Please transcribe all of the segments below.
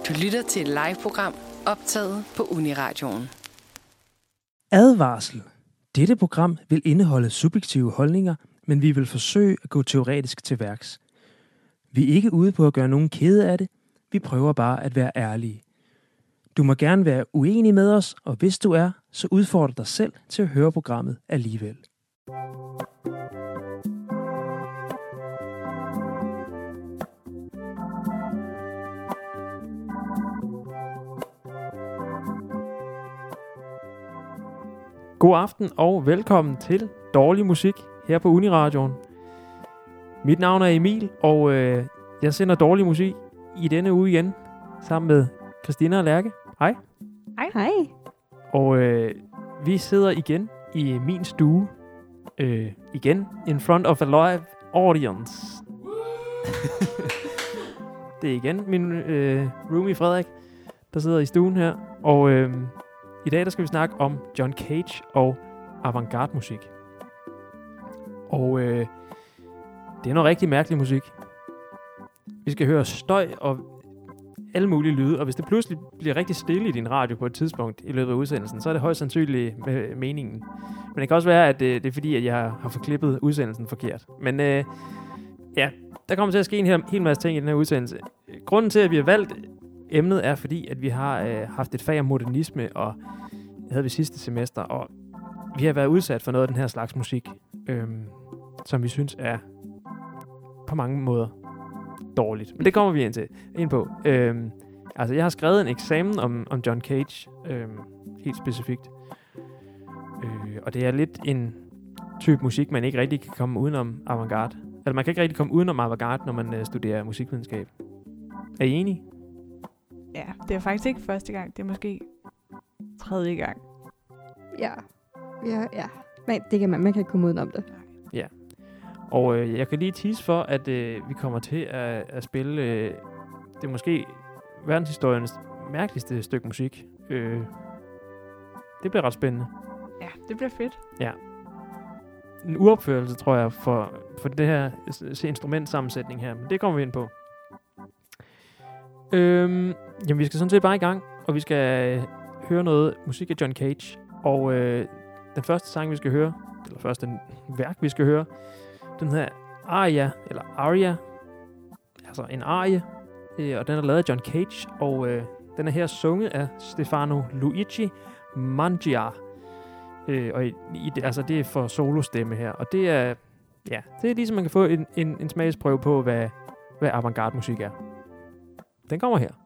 Du lytter til et live-program optaget på Uniradioen. Advarsel. Dette program vil indeholde subjektive holdninger, men vi vil forsøge at gå teoretisk til værks. Vi er ikke ude på at gøre nogen kede af det. Vi prøver bare at være ærlige. Du må gerne være uenig med os, og hvis du er, så udfordre dig selv til at høre programmet alligevel. God aften og velkommen til Dårlig Musik her på Uniradioen. Mit navn er Emil, og jeg sender dårlig musik i denne uge igen, sammen med Christina og Lærke. Hej. Hej. Hej. Og vi sidder igen i min stue. Igen, in front of a live audience. Det er igen min roomie Frederik, der sidder i stuen her. Og i dag der skal vi snakke om John Cage og avantgarde musik. Og det er noget rigtig mærkelig musik. Vi skal høre støj og alle mulige lyde, og hvis det pludselig bliver rigtig stille i din radio på et tidspunkt i løbet af udsendelsen, så er det højst sandsynligt med meningen. Men det kan også være, at det er fordi, at jeg har forklippet udsendelsen forkert. Men ja, der kommer til at ske en hel masse ting i den her udsendelse. Grunden til, at vi har valgt emnet, er fordi, at vi har haft et fag om modernisme, og det havde vi sidste semester, og vi har været udsat for noget af den her slags musik, som vi synes er på mange måder dårligt. Men det kommer vi ind på. Altså, jeg har skrevet en eksamen om John Cage, helt specifikt. Og det er lidt en type musik, man ikke rigtig kan komme udenom avantgarde. Altså, man kan ikke rigtig komme udenom avantgarde, når man studerer musikvidenskab. Er I enige? Ja, det er faktisk ikke første gang. Det er måske tredje gang. Ja. Men det kan man kan ikke komme udenom det. Ja. Og jeg kan lige tease for, at vi kommer til at spille det er måske verdenshistoriens mærkeligste stykke musik. Det bliver ret spændende. Ja, det bliver fedt. Ja. En uopførelse, tror jeg, for det her instrumentsammensætning her. Men det kommer vi ind på. Jamen, vi skal sådan set bare i gang, og vi skal høre noget musik af John Cage. Og den første sang, vi skal høre, eller første værk, vi skal høre, den hedder Aria, altså en arie, og den er lavet af John Cage, og den er her sunget af Stefano Luigi Mangiare. Og altså det er for solostemme her, og det er ligesom man kan få en smagsprøve på, hvad avantgarde musik er. Den kommer her.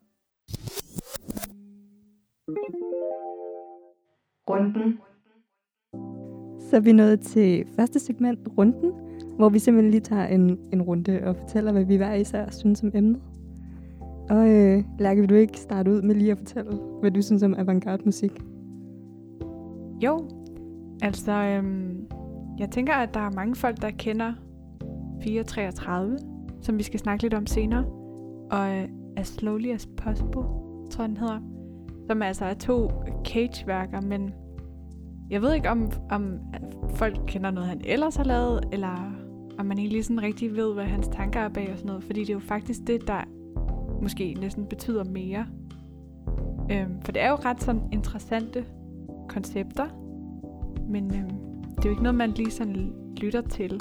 Runden. Så er vi nået til første segment, runden, hvor vi simpelthen lige tager en runde og fortæller, hvad vi hver især synes om emnet. Og Lærke, vil du ikke starte ud med lige at fortælle, hvad du synes om avantgarde musik? Jo, altså jeg tænker, at der er mange folk, der kender 433, som vi skal snakke lidt om senere. Og As Slowly As Possible, tror jeg den hedder. Som altså er 2 Cage-værker, men jeg ved ikke, om folk kender noget, han ellers har lavet, eller om man egentlig sådan rigtig ved, hvad hans tanker er bag og sådan noget. Fordi det er jo faktisk det, der måske næsten betyder mere. For det er jo ret sådan interessante koncepter, men det er jo ikke noget, man lige sådan lytter til.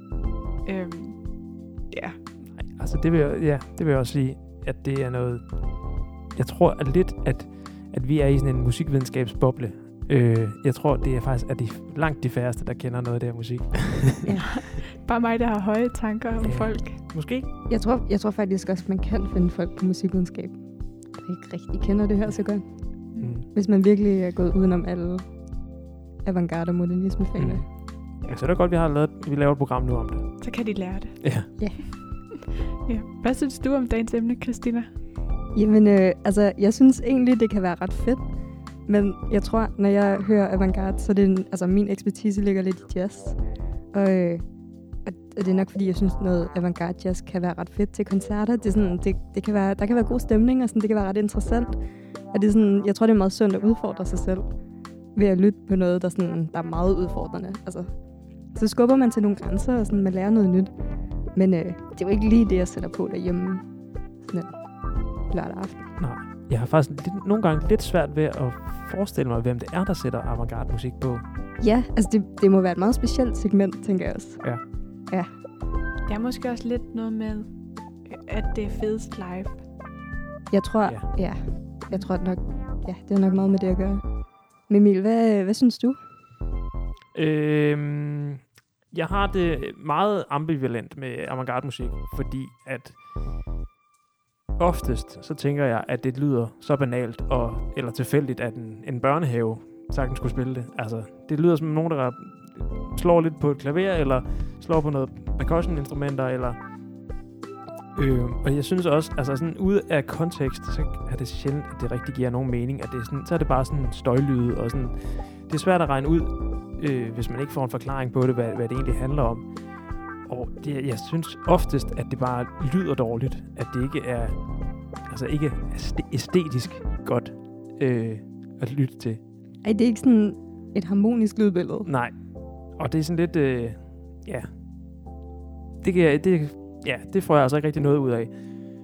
Ja. Altså det vil jeg også sige, at det er noget. Jeg tror at lidt, at vi er i sådan en musikvidenskabsboble. Jeg tror, det er faktisk langt de færreste, der kender noget af det her musik. Ja. Bare mig, der har høje tanker om folk. Måske. Jeg tror faktisk også, man kan finde folk på musikvidenskab, der ikke rigtig kender det her så godt. Hvis man virkelig er gået udenom alle avantgarde og modernismefagene. Ja, så er det godt, vi laver et program nu om det. Så kan de lære det. Ja. Ja. Hvad synes du om dagens emne, Christina? Jamen, altså, jeg synes egentlig, det kan være ret fedt. Men jeg tror, når jeg hører avantgarde, så er det min ekspertise ligger lidt i jazz. Og det er nok, fordi jeg synes, noget avantgarde jazz kan være ret fedt til koncerter. Det er sådan, det kan være, der kan være god stemning, og sådan, det kan være ret interessant. Og det er sådan, jeg tror, det er meget sundt at udfordre sig selv ved at lytte på noget, der er meget udfordrende. Altså, så skubber man til nogle grænser, og sådan, man lærer noget nyt. Men det er jo ikke lige det, jeg sætter på derhjemme. Sådan. lørdag aften. Nej. Jeg har faktisk nogle gange lidt svært ved at forestille mig, hvem det er, der sætter avantgarde musik på. Ja, altså det må være et meget specielt segment, tænker jeg også. Ja. Det er måske også lidt noget med, at det er fedest live. Jeg tror, jeg tror nok, det er nok meget med det at gøre. Emil, hvad synes du? Jeg har det meget ambivalent med avantgarde musik, fordi at oftest så tænker jeg, at det lyder så banalt eller tilfældigt, at en børnehave sagtens skulle spille det. Altså, det lyder som nogen, der slår lidt på et klaver, eller slår på noget percussion-instrumenter, eller... og jeg synes også, altså sådan ude af kontekst, så er det sjældent, at det rigtig giver nogen mening. At det er sådan, så er det bare sådan støjlyde, og sådan... Det er svært at regne ud, hvis man ikke får en forklaring på det, hvad det egentlig handler om. Og jeg synes oftest, at det bare lyder dårligt, at det ikke er æstetisk godt at lytte til. Ej, det er ikke sådan et harmonisk lydbillede. Nej, og det er sådan lidt, det får jeg altså ikke rigtig noget ud af.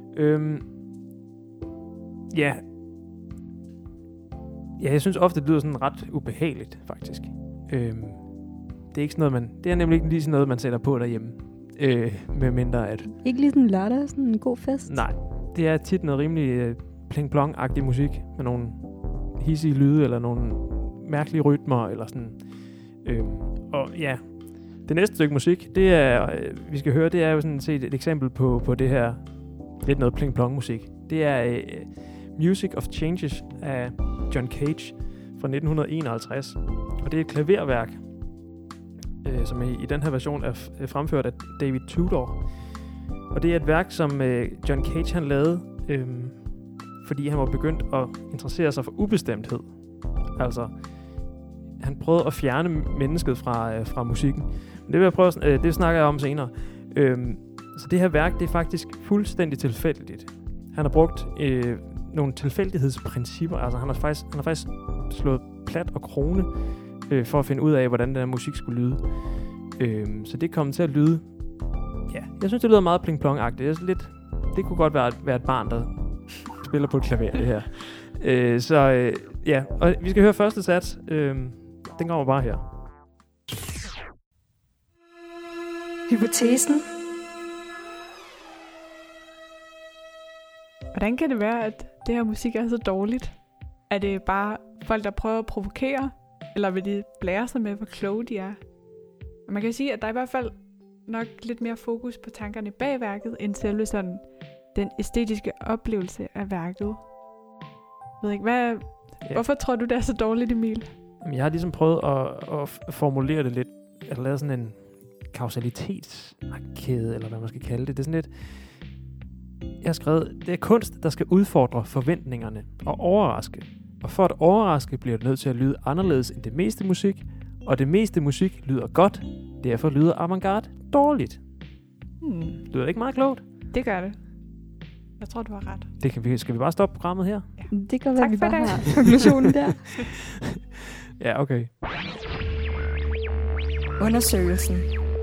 Jeg synes ofte, det lyder sådan ret ubehageligt, faktisk. Det er ikke sådan noget, det er nemlig ikke lige sådan noget, man sætter på derhjemme. Med mindre at... Ikke lige sådan lørdag, sådan en god fest? Nej, det er tit noget rimelig pling-plong-agtig musik, med nogle hissige lyde, eller nogle mærkelige rytmer, eller sådan. Og ja, det næste stykke musik, det er, vi skal høre, det er jo sådan set et eksempel på det her, lidt noget pling-plong-musik. Det er Music of Changes af John Cage fra 1951, og det er et klaverværk, som i den her version er fremført af David Tudor. Og det er et værk, som John Cage han lavede, fordi han var begyndt at interessere sig for ubestemthed. Altså, han prøvede at fjerne mennesket fra musikken. Men det vil jeg prøve, det snakker jeg om senere. Så det her værk, det er faktisk fuldstændig tilfældigt. Han har brugt nogle tilfældighedsprincipper. Altså, han har faktisk slået plat og krone for at finde ud af, hvordan den her musik skulle lyde. Så det kom til at lyde... Ja, jeg synes, det lyder meget pling-plong-agtigt. Det kunne godt være et barn, der spiller på et klaver, det her. Og vi skal høre første sats. Den kommer bare her. Hypotesen. Hvordan kan det være, at det her musik er så dårligt? Er det bare folk, der prøver at provokere? Eller vil de blære sig med, hvor kloge de er? Og man kan sige, at der er i hvert fald nok lidt mere fokus på tankerne bag værket, end selve sådan den æstetiske oplevelse af værket. Jeg ved ikke, hvorfor tror du, det er så dårligt, Emil? Jamen, jeg har ligesom prøvet at formulere det lidt, at lave sådan en kausalitetskæde, eller hvad man skal kalde det. Det er sådan lidt... Jeg har skrevet, det er kunst, der skal udfordre forventningerne og overraske. Og for at overraske, bliver det nødt til at lyde anderledes end det meste musik, og det meste musik lyder godt, derfor lyder avantgarde dårligt. Lyder det ikke meget klogt? Det gør det. Jeg tror, du har ret. Skal vi bare stoppe programmet her? Ja. Det kan være, vi bare har konklusionen der. Ja, okay. Undersøgelsen.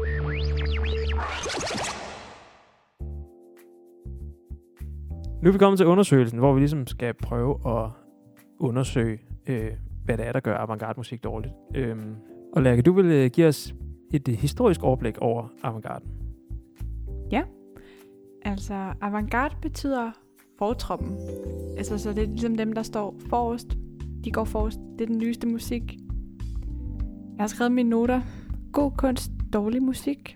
Nu er vi kommet til undersøgelsen, hvor vi ligesom skal prøve at undersøge, hvad det er, der gør avantgarde musik dårligt. Og Lærke, du vil give os et historisk overblik over avantgarden. Ja, altså avantgarde betyder fortroppen. Altså, så det er ligesom dem, der står forrest. De går forrest. Det er den nyeste musik. Jeg har skrevet mine noter. God kunst, dårlig musik.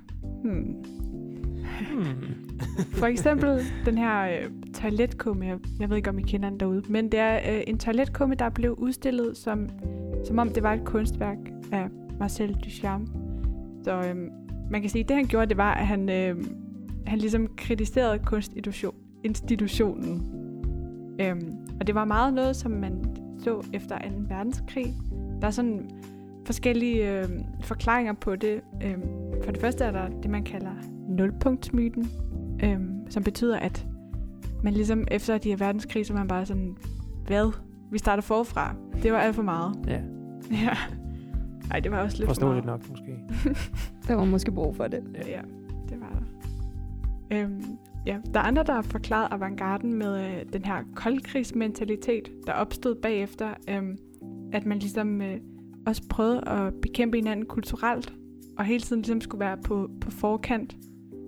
For eksempel den her toiletkumme. Jeg ved ikke, om I kender den derude. Men det er en toiletkumme, der blev udstillet som om det var et kunstværk af Marcel Duchamp. Så man kan sige, at det han gjorde, det var, at han ligesom kritiserede kunstinstitutionen. Og det var meget noget, som man så efter 2. verdenskrig. Der er sådan forskellige forklaringer på det. For det første er der det, man kalder nulpunktsmyten, som betyder, at man ligesom efter de her verdenskrig, så man bare sådan, hvad? Vi starter forfra. Det var alt for meget. Ja. Ja. Ej, det var også lidt for meget. nok, måske. Der var måske brug for det. Ja, det var der. Ja, der er andre, der har forklaret avantgarden med den her koldkrigsmentalitet, der opstod bagefter, at man ligesom også prøvede at bekæmpe hinanden kulturelt, og hele tiden ligesom skulle være på forkant.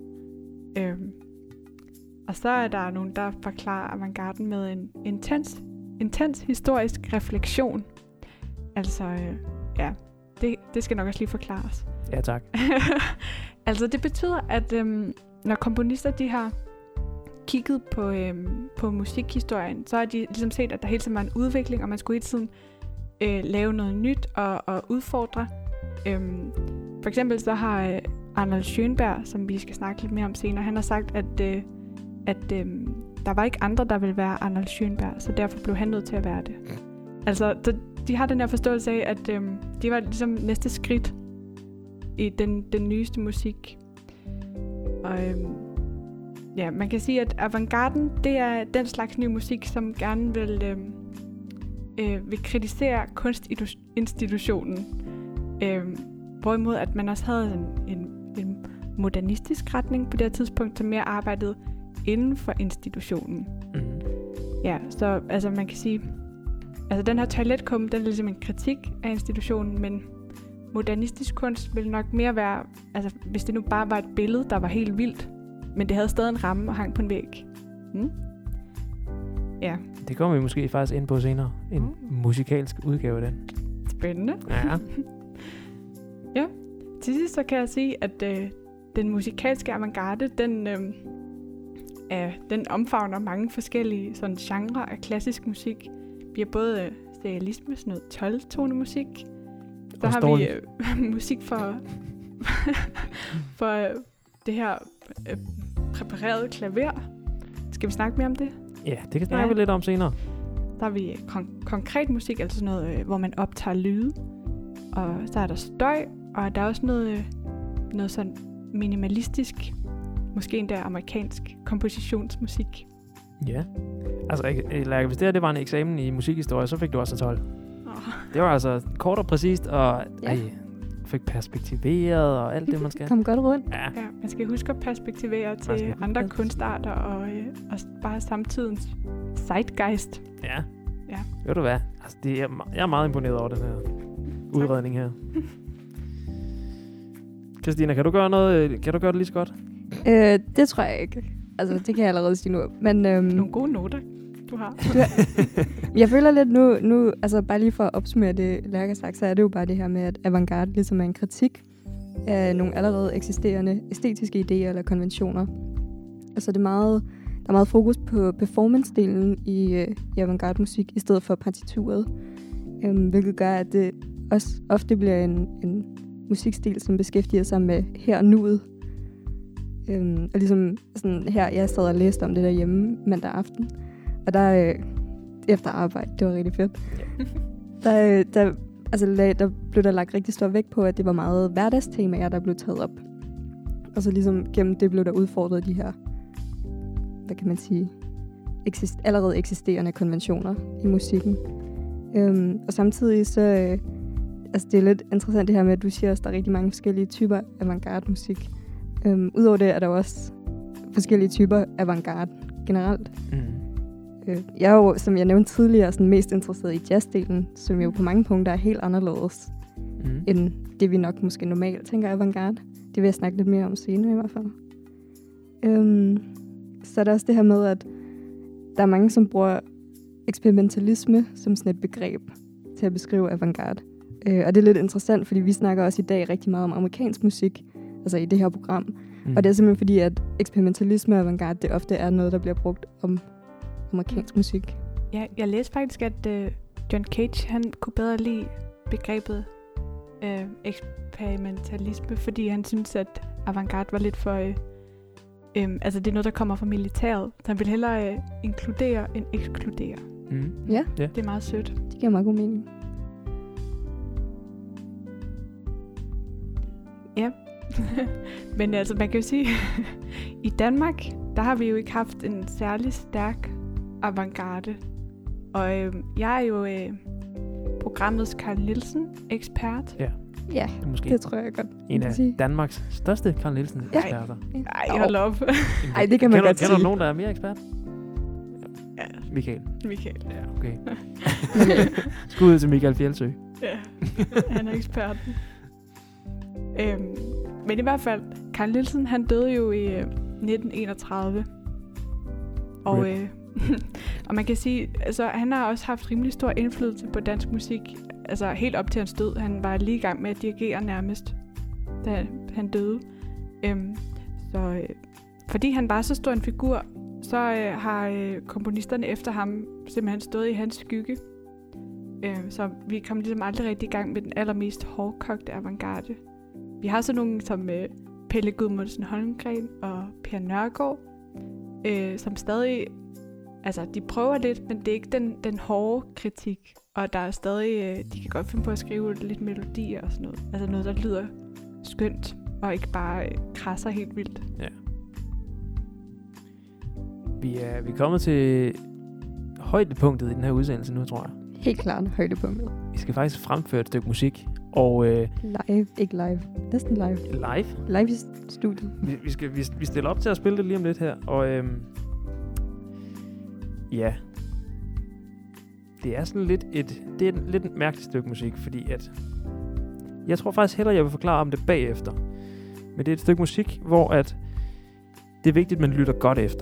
Og så er der nogen, der forklarer avantgarden med en intens historisk refleksion. Altså, det skal nok også lige forklares. Ja, tak. Altså, det betyder, at når komponister de har kigget på musikhistorien, så har de ligesom set, at der hele tiden var en udvikling, og man skulle hele tiden lave noget nyt og udfordre. For eksempel så har Arnold Schönberg, som vi skal snakke lidt mere om senere, han har sagt, at der var ikke andre, der ville være Arnold Schönberg, så derfor blev han nødt til at være det. Altså, de har den her forståelse af, at de var ligesom næste skridt i den nyeste musik. Og man kan sige, at avantgarden, det er den slags ny musik, som gerne vil kritisere kunstinstitutionen. Hvorimod, at man også havde en modernistisk retning på det her tidspunkt, som mere arbejdede inden for institutionen. Mm-hmm. Ja, så altså man kan sige, altså den her toiletkum, den er ligesom en kritik af institutionen, men modernistisk kunst ville nok mere være, altså hvis det nu bare var et billede, der var helt vildt, men det havde stadig en ramme og hang på en væg. Ja. Det kommer vi måske faktisk ind på senere. En musikalsk udgave af den. Spændende. Ja. Ja. Til sidst så kan jeg sige, at den musikalske avantgarde, den omfavner mange forskellige sådan genrer af klassisk musik. Vi har både serialisme, sådan noget 12-tone musik. Så har vi musik for det her præparerede klaver. Skal vi snakke mere om det? Ja, det kan snakke lidt om senere. Så har vi konkret musik, altså sådan noget, hvor man optager lyde. Og så er der støj, og der er også noget sådan minimalistisk, måske endda amerikansk kompositionsmusik. Ja. Altså, Lærke, hvis det var en eksamen i musikhistorie, så fik du også 12. Det var altså kort og præcist, og fik perspektiveret og alt det, man skal. Kom godt rundt. Ja, man skal huske at perspektivere til andre kunstarter og bare samtidens zeitgeist. Ja. Ved du hvad? Altså, jeg er meget imponeret over den her udredning her. Christina, kan du gøre det lige så godt? Det tror jeg ikke. Altså, det kan jeg allerede sige nu. Men, nogle gode noter, du har. Jeg føler lidt nu, altså bare lige for at opsummere det, Lærke har sagt, så er det jo bare det her med, at avantgarde ligesom er en kritik af nogle allerede eksisterende æstetiske idéer eller konventioner. Altså der er meget fokus på performance-delen i avantgarde musik, i stedet for partituret. Hvilket gør, at det også ofte bliver en musikstil, som beskæftiger sig med her og nuet. Og ligesom sådan her, jeg sad og læste om det derhjemme mandag aften, og der efter arbejde, det var rigtig fedt. Der blev der lagt rigtig stor vægt på, at det var meget hverdagstemaer, der blev taget op. Og så ligesom gennem det blev der udfordret de her, hvad kan man sige, allerede eksisterende konventioner i musikken. Og samtidig så, altså det er lidt interessant det her med, at du siger også, at der er rigtig mange forskellige typer avantgarde musik. Udover det er der også forskellige typer avantgarde generelt. Jeg er jo, som jeg nævnte tidligere, sådan mest interesseret i jazzdelen, som jo på mange punkter er helt anderledes end det, vi nok måske normalt tænker avantgarde. Det vil jeg snakke lidt mere om senere i hvert fald. Så er der også det her med, at der er mange, som bruger eksperimentalisme som sådan et begreb til at beskrive avantgarde. Og det er lidt interessant, fordi vi snakker også i dag rigtig meget om amerikansk musik, altså i det her program. Og det er simpelthen fordi, at eksperimentalisme og avantgarde, det ofte er noget, der bliver brugt om amerikansk musik. Ja, jeg læste faktisk, at John Cage, han kunne bedre lide begrebet eksperimentalisme, fordi han synes, at avantgarde var lidt for... altså, det er noget, der kommer fra militæret. Så han vil hellere inkludere end ekskludere. Ja. Det er meget sødt. Det giver meget god mening. Ja. Men altså, man kan jo sige, i Danmark, der har vi jo ikke haft en særlig stærk avantgarde. Og jeg er jo programmets Carl Nielsen ekspert. Ja. Ja, Det er måske det tror jeg godt. en man af kan sige. Danmarks største Carl Nielsen-eksperter. Ej, hold op. Ej, det kan man godt Kender du sige. nogen, der er mere ekspert? Ja, Michael. Michael. Ja, okay. Skud ud til Michael Fjeldsø. Ja, han er eksperten. Men i hvert fald, Carl Nielsen, han døde jo i 1931. Og, og man kan sige, altså han har også haft rimelig stor indflydelse på dansk musik. Altså helt op til hans død. Han var lige i gang med at dirigere nærmest, da han døde. Fordi han var så stor en figur, så har komponisterne efter ham simpelthen stået i hans skygge. Så vi kom ligesom aldrig rigtig i gang med den allermest hårdkogte avantgarde. Vi har så nogle som Pelle Gudmundsen Holmgren og Per Nørgaard, som stadig, altså de prøver lidt, men det er ikke den hårde kritik. Og der er stadig, de kan godt finde på at skrive lidt melodier og sådan noget. Altså noget, der lyder skønt, og ikke bare krasser helt vildt. Ja. Vi er kommet til højdepunktet i den her udsendelse nu, tror jeg. Helt klart højdepunktet. Vi skal faktisk fremføre et stykke musik. Og Live, ikke live. Næsten live. live. Live i studiet. Vi stiller op til at spille det lige om lidt her. Og ja. Det er sådan lidt et mærkeligt stykke musik, fordi at jeg tror faktisk hellere, jeg vil forklare om det bagefter. Men det er et stykke musik, hvor at det er vigtigt, at man lytter godt efter.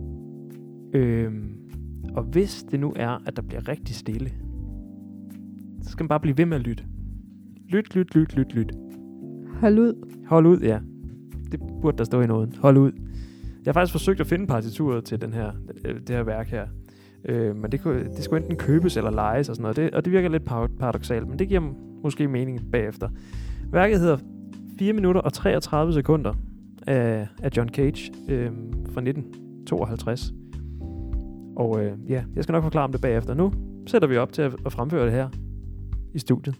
Og hvis det nu er, at der bliver rigtig stille, så skal man bare blive ved med at lytte. Lyt. Hold ud. Hold ud, ja. Det burde der stå i noget. Hold ud. Jeg har faktisk forsøgt at finde partituret til det her værk her. Men det skulle enten købes eller lejes og sådan noget. Og det virker lidt paradoksalt, men det giver måske mening bagefter. Værket hedder 4 minutter og 33 sekunder af John Cage fra 1952. Og ja, jeg skal nok forklare om det bagefter. Nu sætter vi op til at fremføre det her i studiet.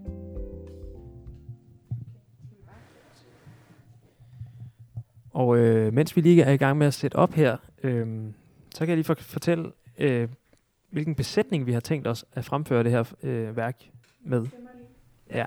Og mens vi lige er i gang med at sætte op her, så kan jeg lige fortælle, hvilken besætning vi har tænkt os at fremføre det her værk med. Ja.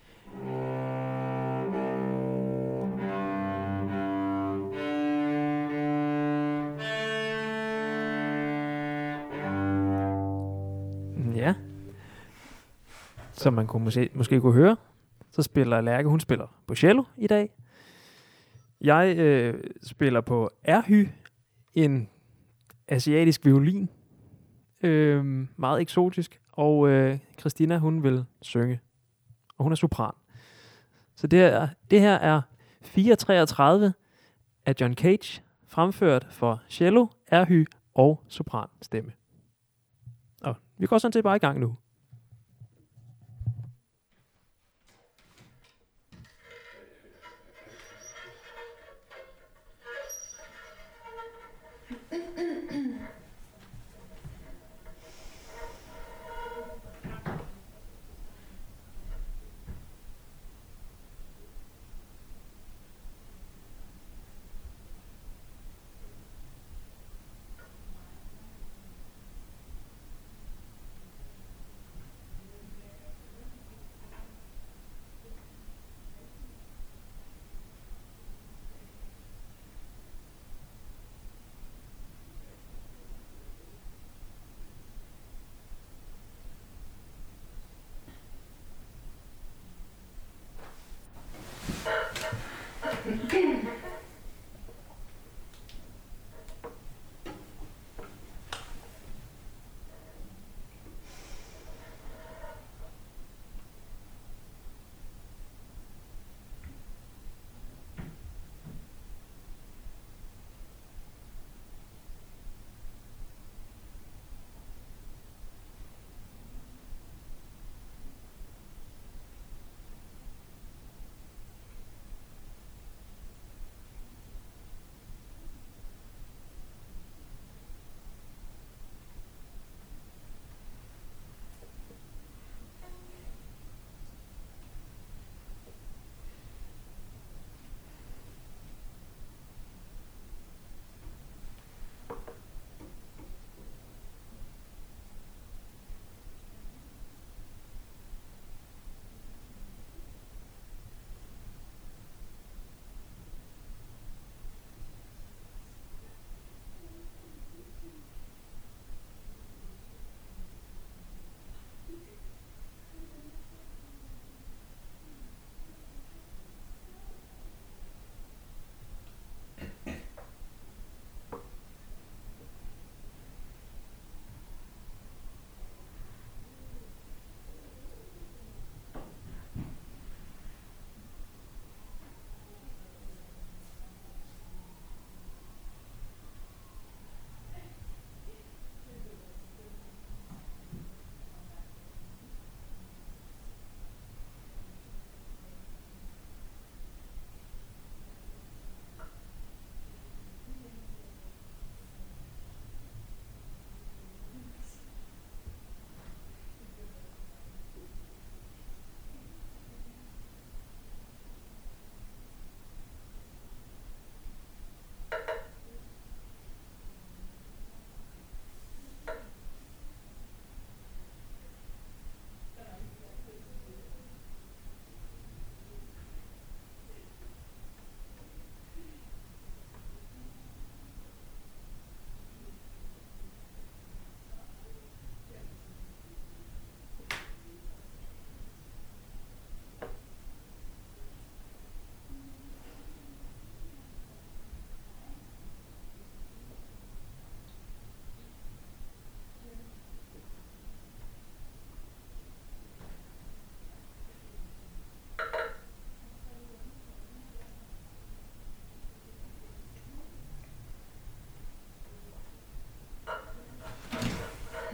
Ja. Som man kunne måske kunne høre, så spiller Lærke, hun spiller på cello i dag. Jeg spiller på erhy, en asiatisk violin, meget eksotisk, og Christina, hun vil synge, og hun er sopran. Så det her er 433 af John Cage, fremført for cello, erhy og sopran stemme. Og vi går sådan set bare i gang nu.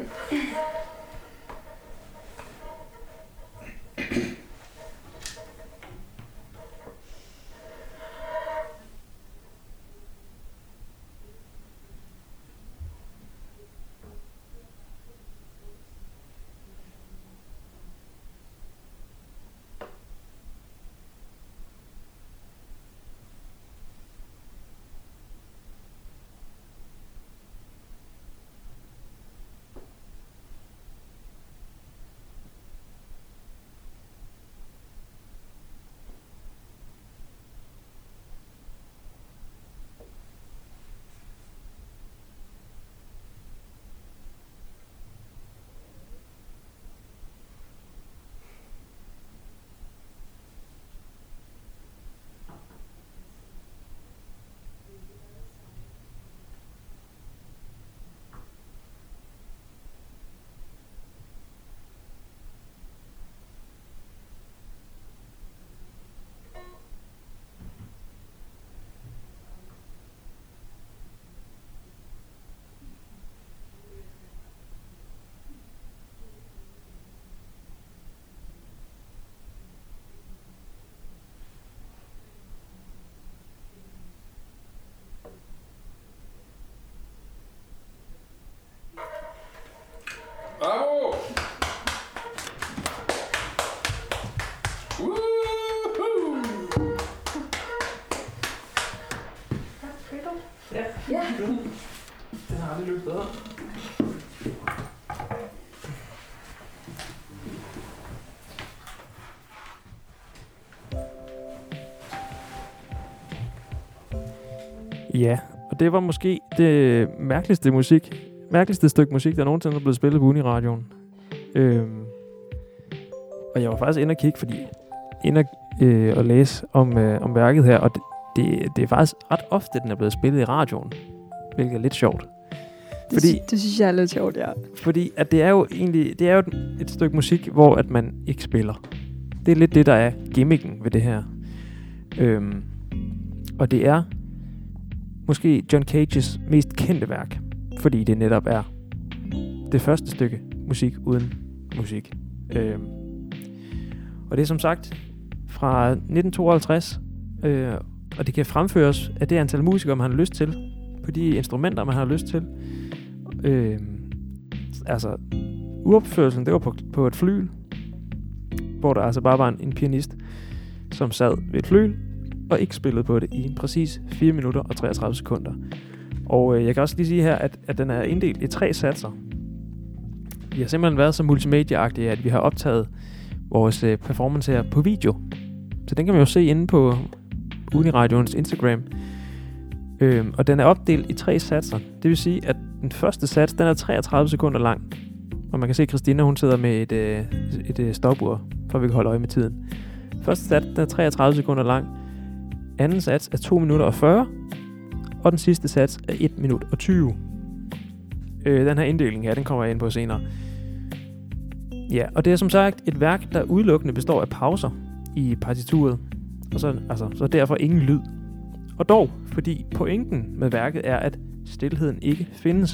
Bravo! Woohoo! Ja. Den har aldrig løbet bedre. Ja, og det var måske det mærkeligste stykke musik, der nogensinde er blevet spillet på Uniradioen. Og jeg var faktisk inde og kigge, og læse om værket her, og det er faktisk ret ofte, den er blevet spillet i radioen, hvilket er lidt sjovt. Det synes jeg er lidt sjovt, ja. Fordi at det er jo egentlig et stykke musik, hvor at man ikke spiller. Det er lidt det, der er gimmicken ved det her. Og det er måske John Cages mest kendte værk, fordi det netop er det første stykke musik uden musik. Og det er som sagt fra 1952, og det kan fremføres af det antal musikere, man har lyst til, på de instrumenter, man har lyst til. Altså, uopførelsen, det var på et flyl, hvor der altså bare var en pianist, som sad ved et flyl, og ikke spillede på det i præcis 4 minutter og 33 sekunder. Og jeg kan også lige sige her, at den er inddelt i 3 satser. Vi har simpelthen været så multimedia-agtige, at vi har optaget vores performance her på video. Så den kan man jo se inde på Uniradioens Instagram. Og den er opdelt i 3 satser. Det vil sige, at den første sats, den er 33 sekunder lang. Og man kan se, at Christina, hun sidder med et stopur, for at vi kan holde øje med tiden. Første sats, den er 33 sekunder lang. Anden sats er 2 minutter og 40. Og den sidste sats er 1 minut og 20. Den her inddeling her, den kommer jeg ind på senere. Ja, og det er som sagt et værk, der udelukkende består af pauser i partituret. Og så derfor ingen lyd. Og dog, fordi pointen med værket er, at stilheden ikke findes.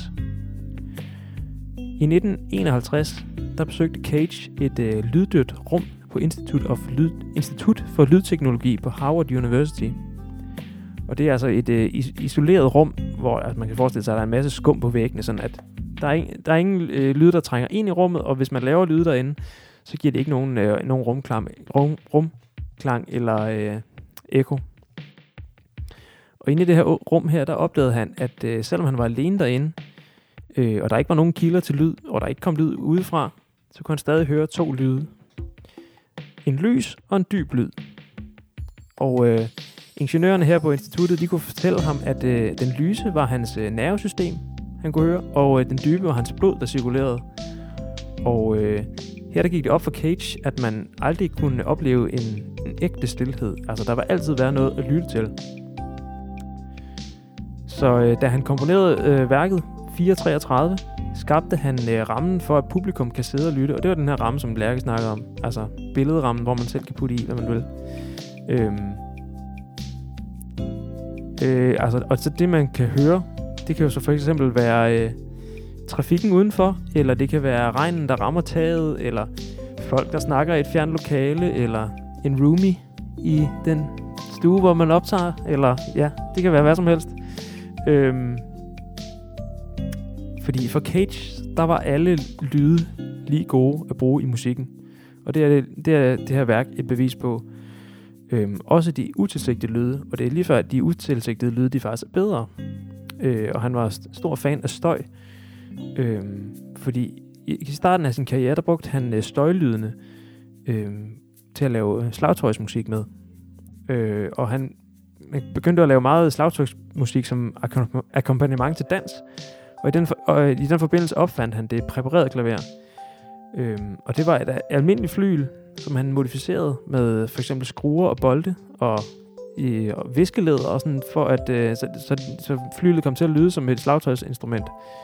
I 1951, der besøgte Cage et lyddødt rum på Institut for Lydteknologi på Harvard University. Og det er altså et isoleret rum, hvor man kan forestille sig, at der er en masse skum på væggene, sådan at der er ingen lyd, der trænger ind i rummet, og hvis man laver lyde derinde, så giver det ikke nogen rumklang eller ekko. Og inde i det her rum her, der opdagede han, at selvom han var alene derinde, og der ikke var nogen kilder til lyd, og der ikke kom lyd udefra, så kunne han stadig høre 2 lyde. En lys og en dyb lyd. Og ingeniørerne her på instituttet, de kunne fortælle ham, at den lyse var hans nervesystem, han kunne høre, og den dybe var hans blod, der cirkulerede. Og her der gik det op for Cage, at man aldrig kunne opleve en ægte stilhed. Altså der var altid være noget at lytte til. Så da han komponerede værket 433, skabte han rammen for, at publikum kan sidde og lytte. Og det var den her ramme, som Lærke snakkede om. Altså billedrammen, hvor man selv kan putte i, hvad man vil. Og så det, man kan høre, det kan jo så for eksempel være trafikken udenfor, eller det kan være regnen, der rammer taget, eller folk, der snakker i et fjernt lokale, eller en roomie i den stue, hvor man optager, eller ja, det kan være hvad som helst. Fordi for Cage, der var alle lyde lige gode at bruge i musikken. Og det er det her værk et bevis på. Også de utilsigtede lyde, og det er lige før, at de utilsigtede lyde, de faktisk er bedre. Og han var stor fan af støj. Fordi i starten af sin karriere, der brugte han støjlydene til at lave slagtøjsmusik med. Og han begyndte at lave meget slagtøjsmusik som akkompagnement til dans. Og i den forbindelse opfandt han det præparerede klaver. Og det var et almindeligt flyl, som han modificerede med for eksempel skruer og bolte og viskeled og sådan, for at så flylet kom til at lyde som et slagtøjsinstrument.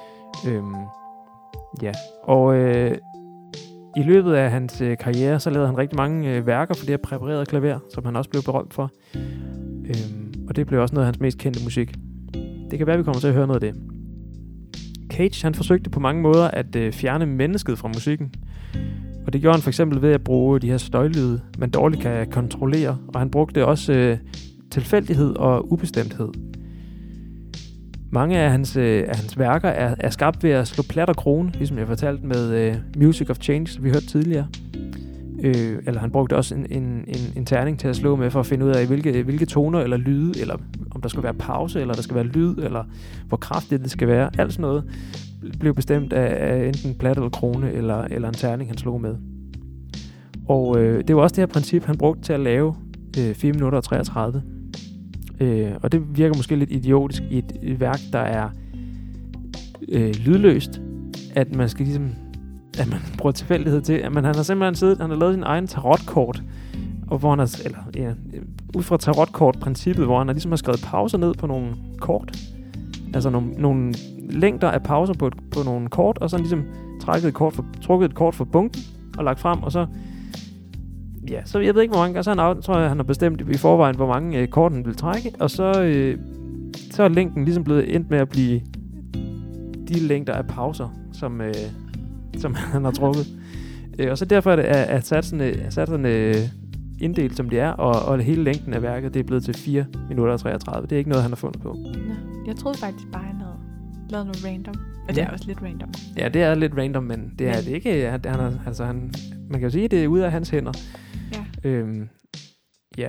Og i løbet af hans karriere, så lavede han rigtig mange værker for det her præparerede klaver, som han også blev berømt for. Og det blev også noget af hans mest kendte musik. Det kan være, vi kommer til at høre noget af det. Cage, han forsøgte på mange måder at fjerne mennesket fra musikken. Og det gjorde han for eksempel ved at bruge de her støjlyde, man dårligt kan kontrollere. Og han brugte også tilfældighed og ubestemthed. Mange af hans værker er skabt ved at slå plat og krone, ligesom jeg fortalte med Music of Change, vi hørte tidligere. Eller han brugte også en terning til at slå med for at finde ud af, hvilke toner eller lyde, eller om der skal være pause, eller der skal være lyd, eller hvor kraftigt det skal være. Alt sådan noget blev bestemt af enten plat eller krone, eller en terning, han slog med. Og det var også det her princip, han brugte til at lave 4 minutter og 33. Og det virker måske lidt idiotisk i et værk, der er lydløst, at man skal ligesom, at man bruger tilfældighed til, at han har simpelthen siddet, han har lavet sin egen tarotkort, og hvor han har, ud fra tarotkort-princippet, hvor han ligesom har skrevet pauser ned på nogle kort, altså nogle længder af pauser på nogle kort, og så ligesom trukket et kort fra bunken, og lagt frem, og så jeg ved ikke, hvor mange gange, så tror jeg, han har bestemt i forvejen, hvor mange kort han vil trække, og så er længden ligesom blevet endt med at blive de længder af pauser, som han har trukket. Og så derfor er satserne inddelt, som det er, og hele længden af værket, det er blevet til 4 minutter og 33. Det er ikke noget, han har fundet på. Nå, jeg troede faktisk bare, han havde lavet noget random. Og det er også lidt random. Ja, det er lidt random, men det er det ikke. Man kan jo sige, at det er ude af hans hænder. Ja. Ja.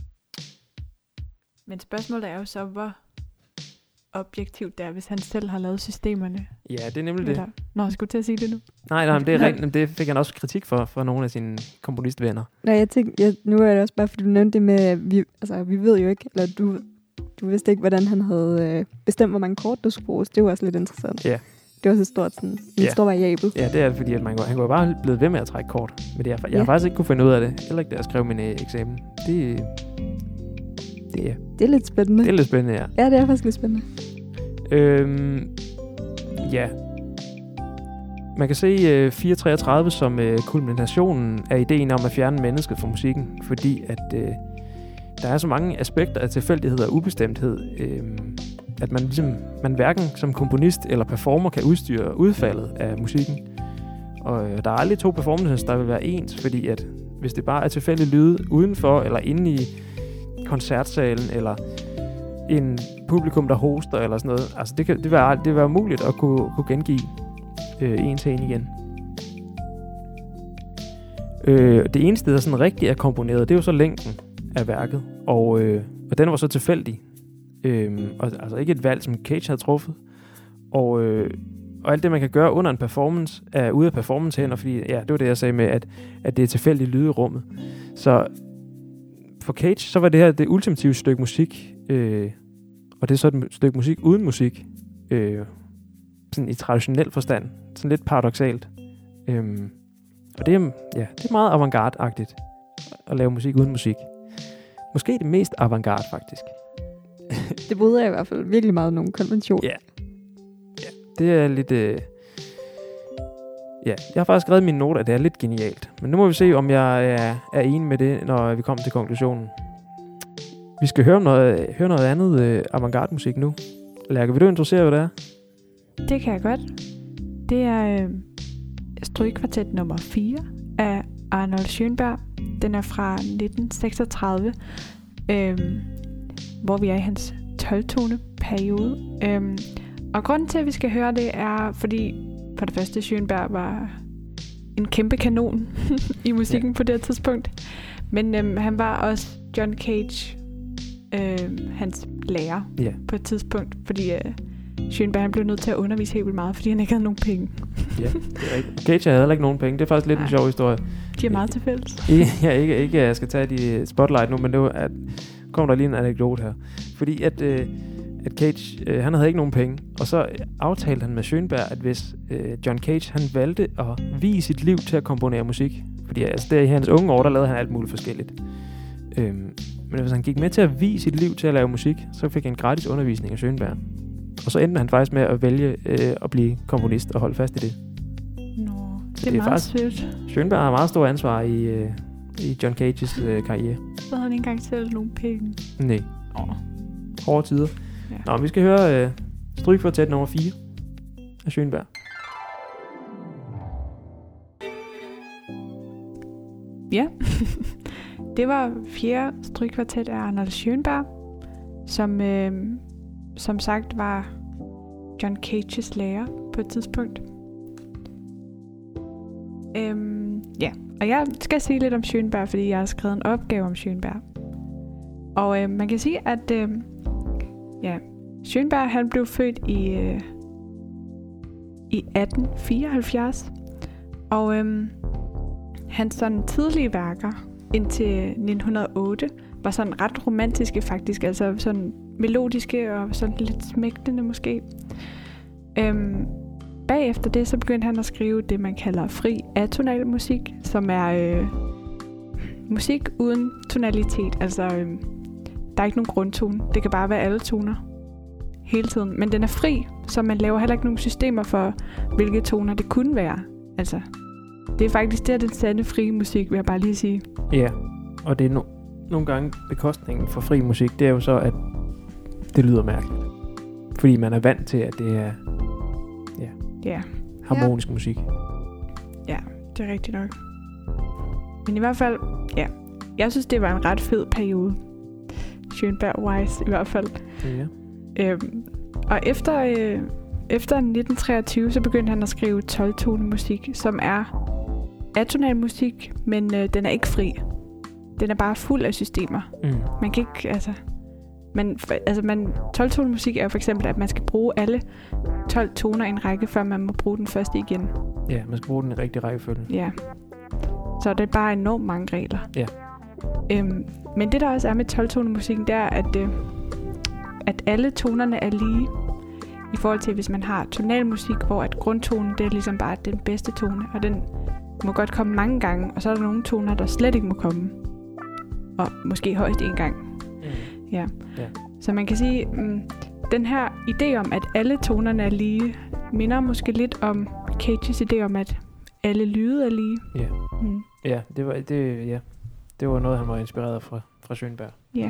Men spørgsmålet er jo så, hvor objektivt det er, hvis han selv har lavet systemerne. Ja, det er nemlig det. Nå, jeg skulle til at sige det nu. Nej, det er rigtigt. Det fik han også kritik for nogle af sine komponistvenner. Nej, jeg tænkte, nu er det også bare, fordi du nævnte det med, at vi ved jo ikke, eller du vidste ikke, hvordan han havde bestemt, hvor mange kort du skulle bruges. Det var også lidt interessant. Ja. Det var så stort, sådan en stor variabel. Ja, det er fordi, at han kunne bare blive ved med at trække kort. Men jeg har faktisk ikke kunne finde ud af det. Heller ikke, da jeg skrev min eksamen. Det er lidt spændende. Det er lidt spændende, ja. Ja, det er faktisk lidt spændende. Ja. Man kan se 433 som kulminationen af ideen om at fjerne mennesket fra musikken, fordi at der er så mange aspekter af tilfældighed og ubestemthed, at man hverken som komponist eller performer kan udstyre udfaldet af musikken. Og der er aldrig 2 performances, der vil være ens, fordi at hvis det bare er tilfældige lyde udenfor eller inde i koncertsalen eller en publikum, der hoster eller sådan noget, altså det vil være umuligt at kunne gengive en til en igen. Det eneste, der sådan rigtig er komponeret, det er jo så længden af værket, og den var så tilfældig. Altså ikke et valg, som Cage havde truffet. Og alt det, man kan gøre under en performance, er ude af performance hænder, fordi det var det, jeg sagde med, at det er tilfældigt lyde i rummet. Så for Cage, så var det her det ultimative stykke musik, og det er så et stykke musik uden musik, sådan i traditionel forstand, sådan lidt paradoksalt. Og det er meget avantgarde-agtigt at lave musik uden musik. Måske det mest avantgarde, faktisk. Det bryder jeg i hvert fald virkelig meget nogle konventioner. Ja, det er lidt... jeg har faktisk skrevet mine noter, at det er lidt genialt. Men nu må vi se, om jeg er enig med det, når vi kommer til konklusionen. Vi skal høre noget andet avantgarde musik nu. Lærke, vil du introducere, hvad det er? Det kan jeg godt. det er strygekvartet nummer 4 af Arnold Schönberg. Den er fra 1936, hvor vi er i hans 12-tone-periode. Og grunden til, at vi skal høre det, er, fordi for det første, Schönberg var en kæmpe kanon i musikken på det tidspunkt. Men han var også John Cage, hans lærer på et tidspunkt, fordi Schönberg han blev nødt til at undervise helt vildt meget, fordi han ikke havde nogen penge. Ja, det er rigtigt. Cage havde heller ikke nogen penge. Det er faktisk lidt en sjov historie. De er meget til fælles. Ikke jeg skal tage de spotlight nu, men det var, at kommer der lige en anekdote her. Fordi at Cage, han havde ikke nogen penge, og så aftalte han med Schönberg, at hvis John Cage, han valgte at vie sit liv til at komponere musik, fordi altså, der i hans unge år, der lavede han alt muligt forskelligt. Men hvis han gik med til at vie sit liv til at lave musik, så fik han gratis undervisning af Schönberg. Og så endte han faktisk med at vælge at blive komponist og holde fast i det. Nå, det er meget sødt. Schönberg har meget stor ansvar i John Cages karriere. Så havde han ikke engang selv nogen penge. Nej. Hårde tider. Ja. Nå, vi skal høre strygekvartet nummer 4 af Schönberg. Ja, det var 4. strygekvartet af Arnold Schönberg, som sagt var John Cages lærer på et tidspunkt. Og jeg skal sige lidt om Schönberg, fordi jeg har skrevet en opgave om Schönberg. Og man kan sige, at Schönberg han blev født i 1874, og hans sådan tidlige værker indtil 1908 var sådan ret romantiske faktisk, altså sådan melodiske og sådan lidt smægtende måske. Bagefter det, så begyndte han at skrive det, man kalder fri atonal musik, som er musik uden tonalitet. Altså, der er ikke nogen grundtone. Det kan bare være alle toner hele tiden. Men den er fri, så man laver heller ikke nogen systemer for, hvilke toner det kunne være. Altså, det er faktisk den sande frie musik, vil jeg bare lige sige. Ja, og det er nogle gange bekostningen for fri musik, det er jo så, at det lyder mærkeligt. Fordi man er vant til, at det er harmonisk musik. Ja, det er rigtigt nok. Men i hvert fald, jeg synes, det var en ret fed periode. Schönberg-wise i hvert fald. Ja. Og efter 1923, så begyndte han at skrive 12-tone musik, som er atonal musik, men den er ikke fri. Den er bare fuld af systemer. Man kan ikke, 12-tone musik er jo for eksempel, at man skal bruge alle 12 toner i en række, før man må bruge den første igen. Ja, man skal bruge den i rigtig rækkefølge. Ja. Så det er bare enormt mange regler. Ja. Men det der også er med 12-tone musikken, det er, at alle tonerne er lige i forhold til, hvis man har tonalmusik, hvor at grundtonen, det er ligesom bare den bedste tone, og den må godt komme mange gange, og så er der nogle toner, der slet ikke må komme. Og måske højst en gang. Ja. Så man kan sige, den her idé om, at alle tonerne er lige, minder måske lidt om Cages idé om, at alle lyde er lige. Ja. Ja, det var noget, han var inspireret fra Schönberg. Ja.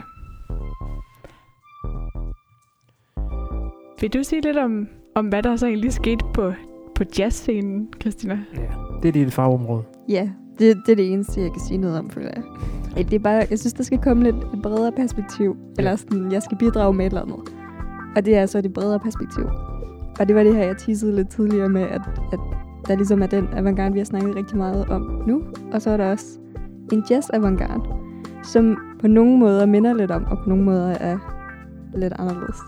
Vil du sige lidt om hvad der så egentlig skete på jazzscenen, Christina? Ja, det er dit fagområde. Ja, det er det eneste, jeg kan sige noget om, føler jeg. Det er bare, jeg synes, der skal komme lidt et bredere perspektiv. Eller sådan, jeg skal bidrage med et eller andet. Og det er altså det bredere perspektiv. Og det var det her, jeg teasede lidt tidligere med, at der ligesom er den avantgarde, vi har snakket rigtig meget om nu. Og så er der også en jazz-avantgarde, som på nogle måder minder lidt om, og på nogle måder er lidt anderledes.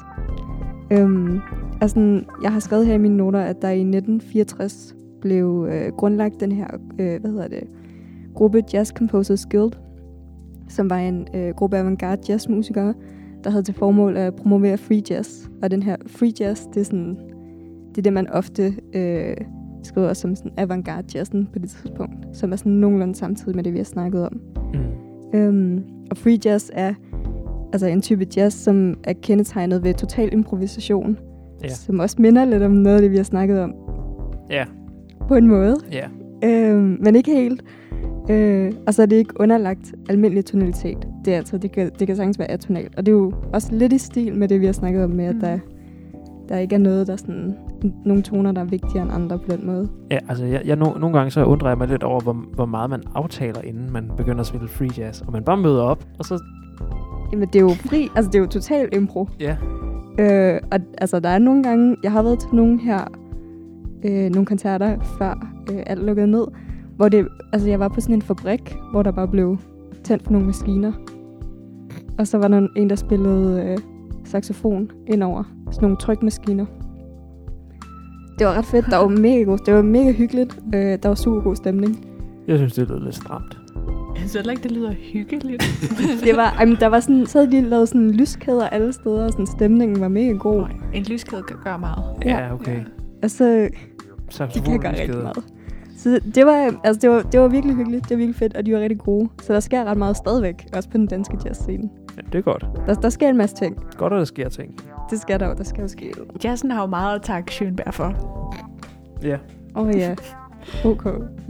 Jeg har skrevet her i mine noter, at der i 1964 blev grundlagt den her gruppe Jazz Composers Guild, som var en gruppe avantgarde jazzmusikere, der havde til formål at promovere free jazz. Og den her free jazz, det er det, man ofte skriver som sådan avantgarde jazzen på det tidspunkt, som er sådan nogenlunde samtidig med det, vi har snakket om. Og free jazz er altså en type jazz, som er kendetegnet ved total improvisation, som også minder lidt om noget af det, vi har snakket om. Ja. På en måde. Ja. Men ikke helt. Og så er det ikke underlagt almindelig tonalitet. Det kan sagtens være atonalt. Og det er jo også lidt i stil med det, vi har snakket om, med at der ikke er noget, der sådan nogle toner, der er vigtigere end andre på den måde. Ja, altså nogle gange så undrer jeg mig lidt over, hvor meget man aftaler, inden man begynder at spille free jazz. Og man bare møder op, og så... Jamen, det er jo det er jo total impro. Ja. Og altså, der er nogle gange... Jeg har været til nogle koncerter, før alt lukkede ned, hvor jeg var på sådan en fabrik, hvor der bare blev tændt for nogle maskiner. Og så var der en, der spillede saxofon indover. Sådan nogle trykmaskiner. Det var ret fedt. Der var mega god. Det var mega hyggeligt. Der var super god stemning. Jeg synes, det lyder lidt stramt. Jeg synes heller ikke, det lyder hyggeligt. Der var sådan, så havde de lavet sådan lyskæder alle steder, og sådan stemningen var mega god. En lyskæde kan gøre meget. Ja, okay. Ja. Og så de kan gøre rigtig meget. Så det var virkelig hyggeligt. Det var virkelig fedt, og de var rigtig gode. Så der sker ret meget stadigvæk, også på den danske jazzscene. Ja, det er godt. Der sker en masse ting. Godt, at der sker ting. Det skal der jo. Der skal jo ske. Jazzen har jo meget at takke Schönberg for. Ja. Ja. OK.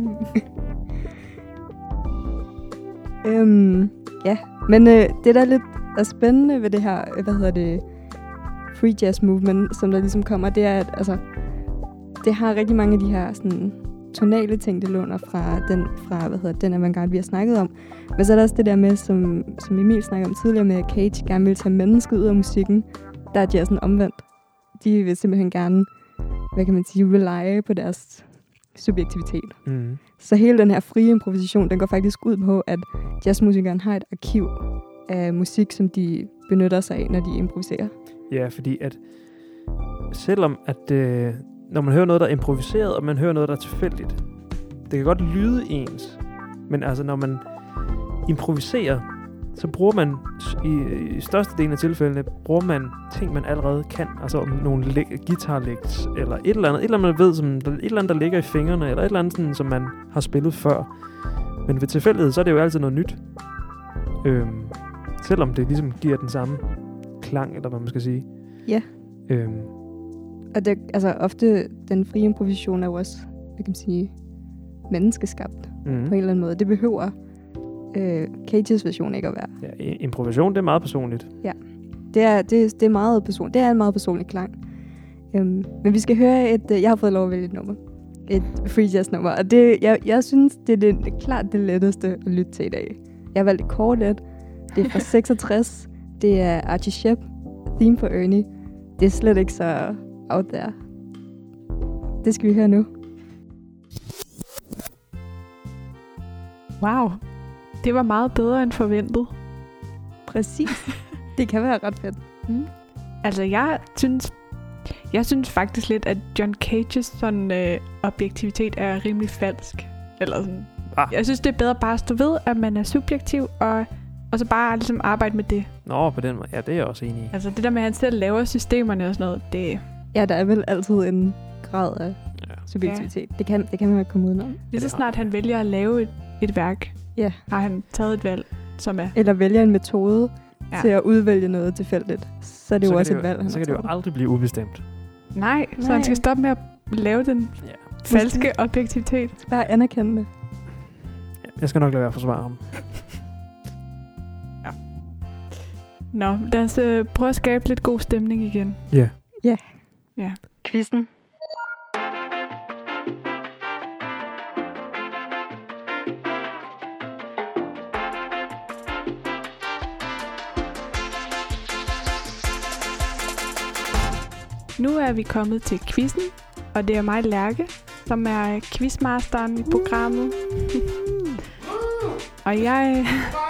Ja, men det der lidt er spændende ved det her, free jazz movement, som der ligesom kommer, det er, at altså, det har rigtig mange af de her sådan tonale ting, det låner fra den avantgarde, vi har snakket om. Men så er der også det der med, som Emil snakkede om tidligere med, at Cage gerne vil tage mennesket ud af musikken. Der er jazzen omvendt. De vil simpelthen gerne, rely på deres subjektivitet. Mm. Så hele den her frie improvisation, den går faktisk ud på, at jazzmusikeren har et arkiv af musik, som de benytter sig af, når de improviserer. Ja, fordi at selvom at når man hører noget, der er improviseret, og man hører noget, der er tilfældigt, det kan godt lyde ens, men altså når man improviserer, så bruger man i størstedelen af tilfældene, bruger man ting, man allerede kan, altså nogle guitar-licks, eller et eller andet man ved, et eller andet, der ligger i fingrene, eller et eller andet, sådan, som man har spillet før. Men ved tilfældighed, så er det jo altid noget nyt. Selvom det ligesom giver den samme klang, eller hvad man skal sige. Ja. Og det, altså ofte, den frie improvisation er jo også, menneskeskabt på en eller anden måde. Det behøver Cages version ikke at være. Ja, improvisation, det er meget personligt. Ja, det er meget personligt. Det er en meget personlig klang. Men vi skal høre jeg har fået lov at vælge et nummer. Et free jazz nummer. Og jeg synes, det er klart det letteste at lytte til i dag. Jeg har valgt et Quartet. Det er fra 66. Det er Archie Shepp. Theme for Ernie. Det er slet ikke så out there. Det skal vi høre nu. Wow. Det var meget bedre end forventet. Præcis. Det kan være ret fedt. Altså, jeg synes faktisk lidt, at John Cages sådan, objektivitet er rimelig falsk. Eller sådan. Jeg synes, det er bedre bare at stå ved, at man er subjektiv, og så bare ligesom arbejde med det. Nå, på den måde. Ja, det er jeg også enig i. Altså, det der med, at han selv laver systemerne og sådan noget, det... Ja, der er vel altid en grad af subjektivitet. Ja. Det kan man ikke komme udenom. Lige så snart han vælger at lave et værk, har han taget et valg, som er... Eller vælger en metode til at udvælge noget tilfældigt. Så er det jo også et valg, han så kan det jo aldrig blive ubestemt. Nej, så han skal stoppe med at lave den falske objektivitet. Bare anerkende det. Jeg skal nok lade være at forsvare ham. Ja. Nå, lad os prøve at skabe lidt god stemning igen. Ja. Ja. Quizzen. Nu er vi kommet til quizzen, og det er mig, Lærke, som er quizmasteren i programmet. Og jeg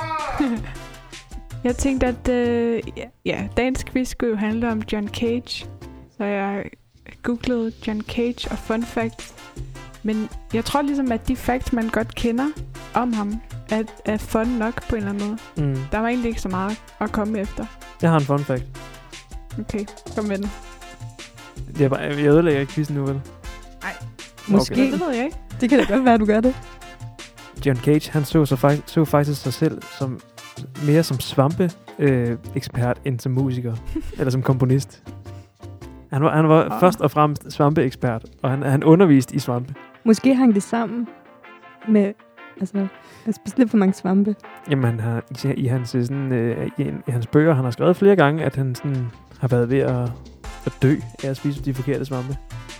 tænkte, at dagens quiz skulle jo handle om John Cage. Så jeg googlede John Cage og fun facts. Men jeg tror ligesom, at de facts, man godt kender om ham, er fun nok på en eller anden måde. Der var egentlig ikke så meget at komme efter. Jeg har en fun fact. Okay, kom med den. Jeg ødelægger ikke quizzen nu, vel? Nej. Måske. Okay. Det ved jeg ikke. Det kan da godt være, at du gør det. John Cage, han så faktisk sig selv som mere som svampe-ekspert end som musiker. Eller som komponist. Han var først og fremmest svampe-ekspert, og han underviste i svampe. Måske hang det sammen med, han spiste lidt for mange svampe. Jamen, i hans bøger, han har skrevet flere gange, at han sådan har været ved at dø af at spise de forkerte svampe.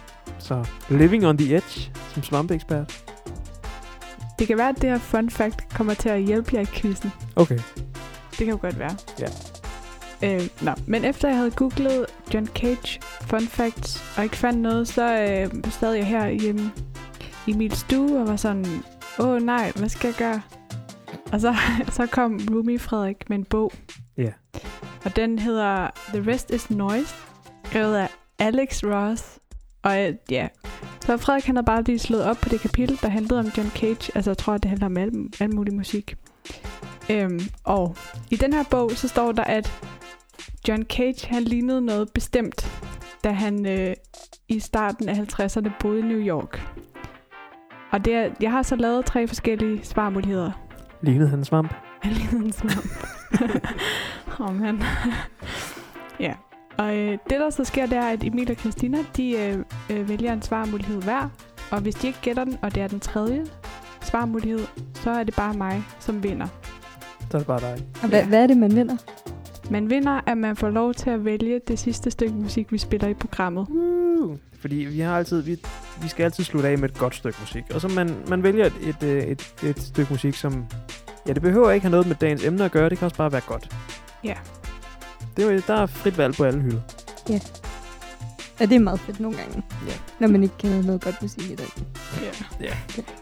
Så living on the edge som svampeekspert. Det kan være, at det her fun fact kommer til at hjælpe jer i quizzen. Okay. Det kan jo godt være. Ja. Men efter jeg havde googlet John Cage fun facts, og ikke fandt noget, så sad jeg her hjemme i min stue og var sådan, nej, hvad skal jeg gøre? Og så kom Roomie Frederik med en bog. Ja. Yeah. Og den hedder The Rest is Noise, skrevet af Alex Ross. Og så Frederik han havde bare lige slået op på det kapitel, der handlede om John Cage. Altså jeg tror, det handler om al mulig musik. Og i den her bog, så står der, at John Cage, han lignede noget bestemt, da han i starten af 50'erne boede i New York. Og jeg har så lavet 3 forskellige svarmuligheder. Lignede han en svamp? Han lignede en svamp. Man. Ja. Og det, der så sker, det er, at Emil og Christina, de vælger en svarmulighed hver. Og hvis de ikke gætter den, og det er den 3. svarmulighed, så er det bare mig, som vinder. Så er det bare dig. Og hvad er det, man vinder? Man vinder, at man får lov til at vælge det sidste stykke musik, vi spiller i programmet. Fordi vi skal altid slutte af med et godt stykke musik. Og så man vælger et stykke musik, som... Ja, det behøver ikke have noget med dagens emne at gøre. Det kan også bare være godt. Ja. Der er frit valg på alle hylder. Ja. Ja, det er meget fedt nogle gange. Ja. Når man ikke kender noget godt musik i dag. Ja.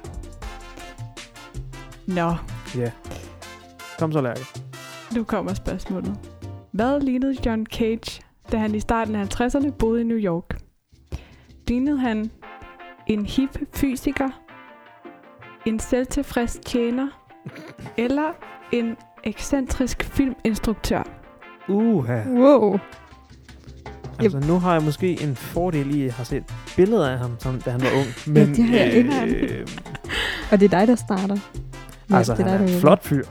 Nå. Ja. Kom så, Lærke. Nu kommer spørgsmålet. Hvad lignede John Cage, da han i starten af 50'erne boede i New York? Lignede han en hip fysiker, en selvtilfreds tjener eller en ekscentrisk filminstruktør? Wow. Altså, nu har jeg måske en fordel i, at jeg har set billeder af ham, da han var ung. Men, ja, det har jeg ikke. Og det er dig, der starter. Altså, det han er en flot fyr.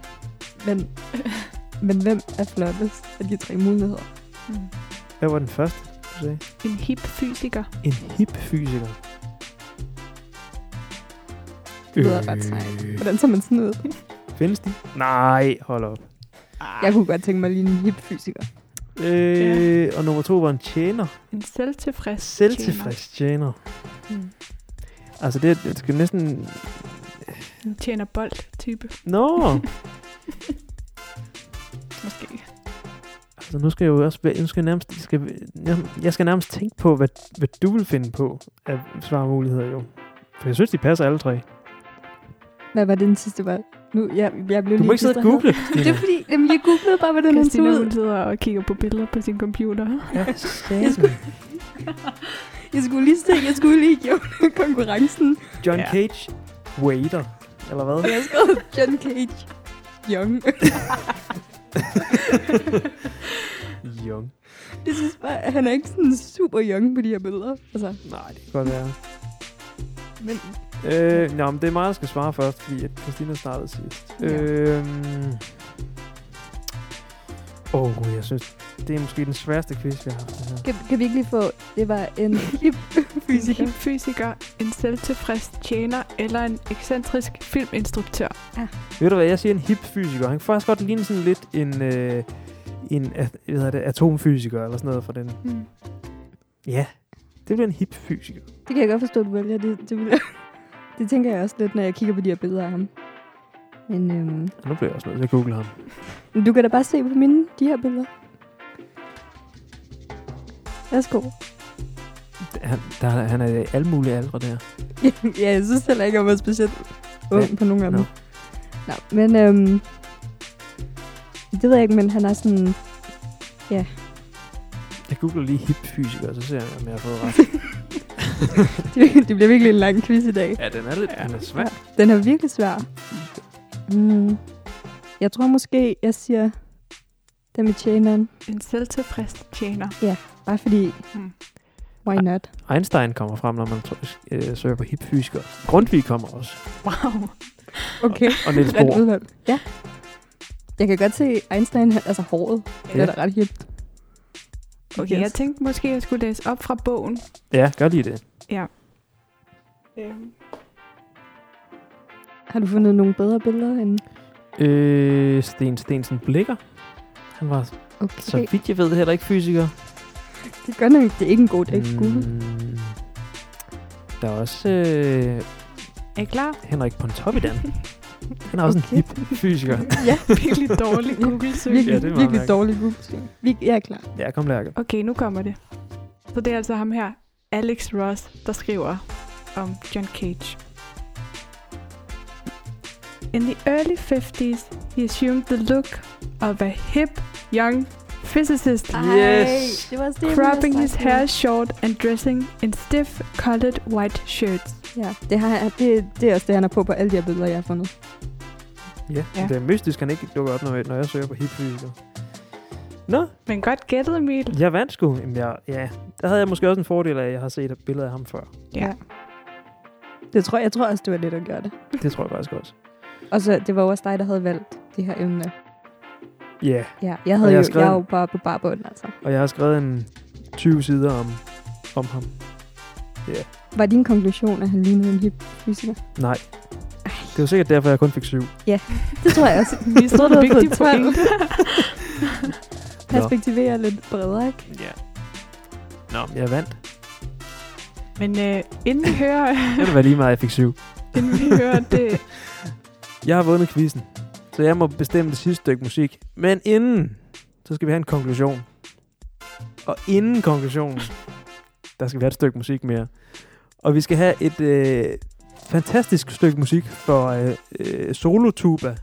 Men hvem er flottest af de 3 muligheder? Hvad var den første, du sagde? En hip fysiker. En hip fysiker. Det lyder ret sejt. Hvordan tager man sådan ud? Findes de? Nej, hold op. Jeg kunne godt tænke mig lige en hip fysiker. Og nummer 2 var en tjener. En selvtilfreds tjener. Altså, det skal næsten... En tjener-bold-type. Nå! Måske. Altså, nu skal jeg jo også... Jeg skal nærmest tænke på, hvad du vil finde på af svarmuligheder, jo. For jeg synes, de passer alle 3. Hvad var det den sidste var? Nu, jeg blev du må ikke sidde og google, Det er fordi, jeg googlede bare, hvordan den så ud. Christina sidder og kigger på billeder på sin computer. Ja, jeg skulle lige give konkurrencen. John Cage Waiter, eller hvad? Jeg har skrevet John Cage Young. Young. Det synes bare, han er ikke sådan super young på de her billeder. Altså. Nej, det kan godt være. Men det er mig, der skal svare først, fordi at Christina startede sidst. Ja. Jeg synes, det er måske den sværeste quiz, vi har haft det her. Kan vi ikke lige få, det var en hip fysiker. En hip fysiker, en selvtilfreds tjener eller en ekscentrisk filminstruktør. Ja. Ved du hvad, jeg siger en hip fysiker. Han kan faktisk godt ligne sådan lidt en atomfysiker eller sådan noget for den. Ja, det bliver en hip fysiker. Det kan jeg godt forstå, du vælger. Det tænker jeg også lidt, når jeg kigger på de her billeder af ham. Men, nu bliver jeg også nødt til at google ham. Du kan da bare se på de her billeder. Værsgo. Han er i alle mulige aldre der. Ja, jeg synes heller ikke, at jeg var specielt ung på nogle af dem. Nå, men det ved jeg ikke, men han er sådan... Ja. Jeg googler lige hip fysiker, så ser jeg, om jeg har fået ret. Det bliver virkelig en lang quiz i dag. Ja, den er svær. Den er virkelig svær. Jeg tror måske, jeg siger dem i tjeneren. En selvtilfreds tjener. Ja, bare fordi... Why not? Einstein kommer frem, når man søger på hip fysiker. Grundtvig kommer også. Wow. Okay. Og Niels Bohr. Ja. Jeg kan godt se Einstein, altså håret. Ja. Det er da ret hipt. Okay, jeg tænkte måske, jeg skulle læse op fra bogen. Ja, gør lige det. Ja. Har du fundet nogle bedre billeder end? Sten Stensen Blikker. Han var, okay. Så vidt jeg ved, heller ikke fysiker. Det gør nok, det er ikke en god dag. Der er også Er I klar? Henrik Pontoppidan. Han er også en hip fysiker. Ja, virkelig dårlig Google-søg. Ja, det er meget virkelig mærkeligt. dårlig Google. Jeg er klar. Ja, kom Lærke. Okay, nu kommer det. Så det er altså ham her, Alex Ross, der skriver om John Cage. In the early 50s, he assumed the look of a hip, young physicist, Yes. det var også det, cropping his hair short and dressing in stiff, colored white shirts. Ja, det er også det, han er på alle de her billeder, jeg har fundet. Ja, Ja. det er mystisk, han ikke dukker op, når jeg søger på hip fysiker. Nå, Men godt gættet, Emil. jeg vandt sgu. Jamen, ja, der havde jeg måske også en fordel af, at jeg har set et billede af ham før. Ja. Jeg tror også, det var lidt at gøre det. Det tror jeg faktisk også. Og så, det var også dig, der havde valgt det her emne. Ja, Ja, jeg Og havde jeg har jo, skrevet- jeg er jo bare på barbund, altså. og jeg har skrevet en 20 sider om ham. Var din konklusion, at han lignede en hip fysiker? Nej. Det var sikkert derfor, jeg kun fik 7. Det tror jeg også. Vi tror, stod du en havde vigtig fået 12. point. Perspektiverer lidt bredere, ikke? Ja. Nå, jeg vandt. Men inden vi hører, Det var lige meget, jeg fik 7. inden vi hører det, Jeg har vundet quizzen, så jeg må bestemme det sidste stykke musik. Men inden, så skal vi have en konklusion. Og inden konklusionen, der skal vi have et stykke musik mere. Og vi skal have et fantastisk stykke musik for solotuba.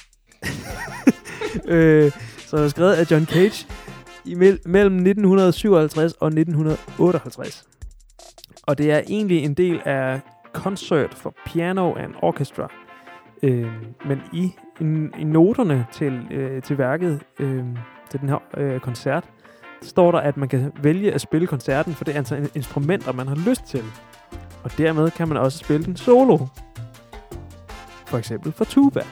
Så er skrevet af John Cage mellem 1957 og 1958. Og det er egentlig en del af Concert for Piano and Orchestra. Men i noterne til værket, til den her koncert, står der, at man kan vælge at spille koncerten for det antal instrumenter, man har lyst til. Og dermed kan man også spille den solo. For eksempel for tuba.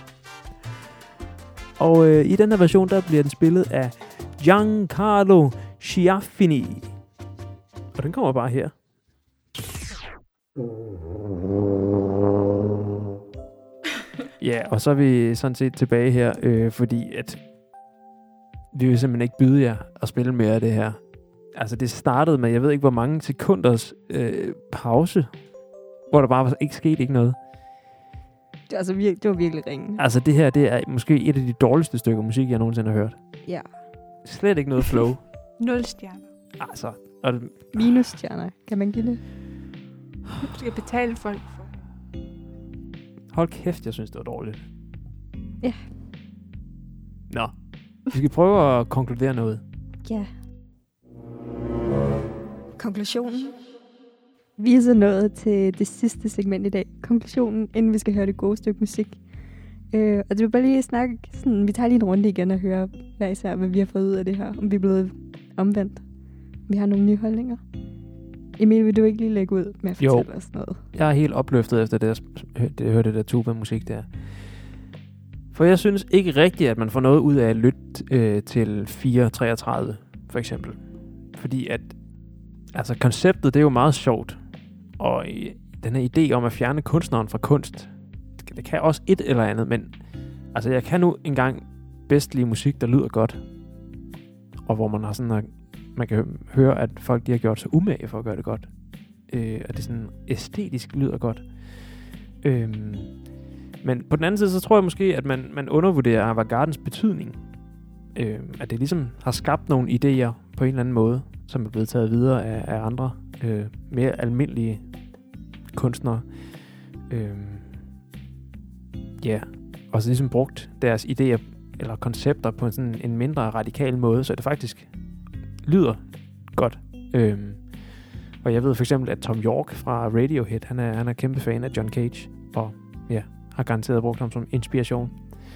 Og i den her version, der bliver den spillet af Giancarlo Schiaffini. Og den kommer bare her. Ja, og så er vi sådan set tilbage her, fordi at vi vil simpelthen ikke byde jer at spille mere af det her. Altså det startede med, jeg ved ikke hvor mange sekunders pause, hvor der bare ikke skete noget. Det var virkelig ringe. Altså det her, det er måske et af de dårligste stykker musik, jeg nogensinde har hørt. Ja. Slet ikke noget flow. 0 stjerner. Altså, og Minusstjerner. Kan man give det? Du skal betale folk for. hold kæft, jeg synes, det var dårligt. Ja. Nå, vi skal prøve at konkludere noget. Ja. Konklusionen. Vi er så nået til det sidste segment i dag. Konklusionen, inden vi skal høre det gode stykke musik. Og det vil bare lige snakke sådan, vi tager lige en runde igen og høre hver især, hvad vi har fået ud af det her. Om vi er blevet omvendt. Vi har nogle nye holdninger. Emil, vil du ikke lige lægge ud med at fortælle os noget? Jeg er helt opløftet efter det, jeg hørte det der tuba-musik der. For jeg synes ikke rigtigt, at man får noget ud af at lytte til 433, for eksempel. Fordi at altså konceptet, det er jo meget sjovt. Og den her idé om at fjerne kunstneren fra kunst, det kan også et eller andet, men altså jeg kan nu engang bedst lide musik, der lyder godt. Og hvor man har sådan man kan høre, at folk de har gjort sig umage for at gøre det godt. Og det sådan æstetisk lyder godt. Men på den anden side, så tror jeg måske, at man undervurderer avantgardens betydning. At det ligesom har skabt nogle idéer på en eller anden måde, som er blevet taget videre af andre mere almindelige kunstnere. Ja, og så ligesom brugt deres idéer eller koncepter på sådan en mindre radikal måde, så det faktisk lyder godt. Og jeg ved for eksempel, at Tom York fra Radiohead, han er kæmpe fan af John Cage, og ja, har garanteret brugt ham som inspiration.